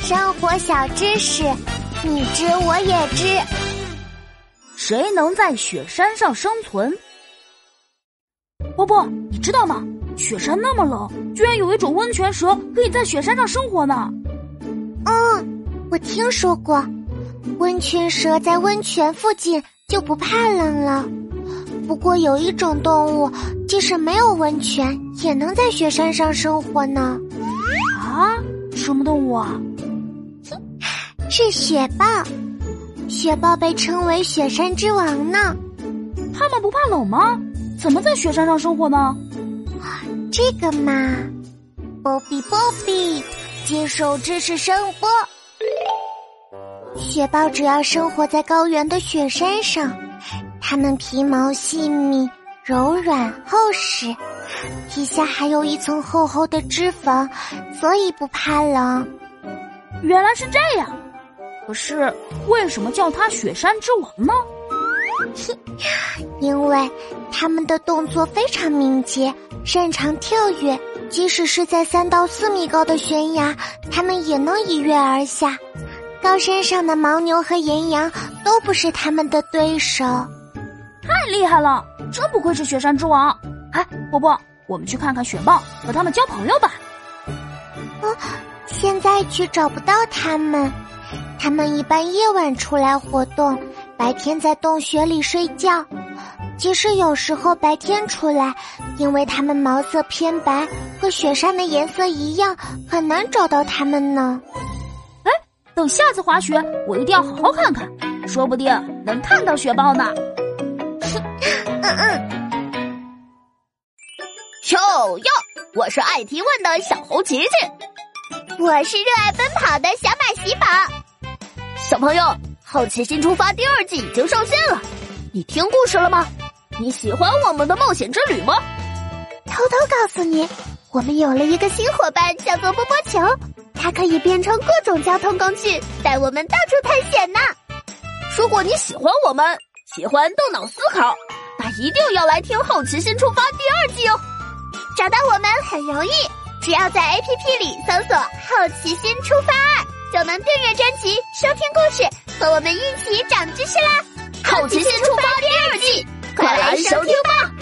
生活小知识，你知我也知。 谁能在雪山上生存？波波，你知道吗？雪山那么冷，居然有一种温泉蛇可以在雪山上生活呢。 我听说过，温泉蛇在温泉附近就不怕冷了。不过有一种动物，即使没有温泉，也能在雪山上生活呢。 啊？什么动物啊？ 是雪豹。雪豹被称为雪山之王呢。 它们不怕冷吗？怎么在雪山上生活呢？ 这个嘛，波比，接受知识声波。雪豹主要生活在高原的雪山上，它们皮毛细密、柔软、厚实，皮下还有一层厚厚的脂肪，所以不怕冷。 原来是这样，可是为什么叫它雪山之王呢？ 因为它们的动作非常敏捷，擅长跳跃，即使是在3到4米高的悬崖，它们也能一跃而下。高山上的牦牛和岩羊都不是它们的对手。 太厉害了，真不愧是雪山之王。哎，波波，我们去看看雪豹，和他们交朋友吧。 现在去找不到它们，它们一般夜晚出来活动，白天在洞穴里睡觉。即使有时候白天出来，因为它们毛色偏白，和雪山的颜色一样，很难找到它们呢。 哎，等下次滑雪，我一定要好好看看，说不定能看到雪豹呢。 哟，我是爱提问的小猴琪琪， 我是热爱奔跑的小马喜宝。 小朋友，好奇心出发第2季已经上线了，你听故事了吗？你喜欢我们的冒险之旅吗？ 偷偷告诉你，我们有了一个新伙伴，叫做波波球，它可以变成各种交通工具，带我们到处探险呢。 如果你喜欢我们，喜欢动脑思考，那一定要来听好奇心出发第2季哦。 找到我们很容易，只要在 APP 里搜索好奇心出发2，就能订阅专辑，收听故事，和我们一起长知识啦。 好奇心出发第2季，快来收听吧。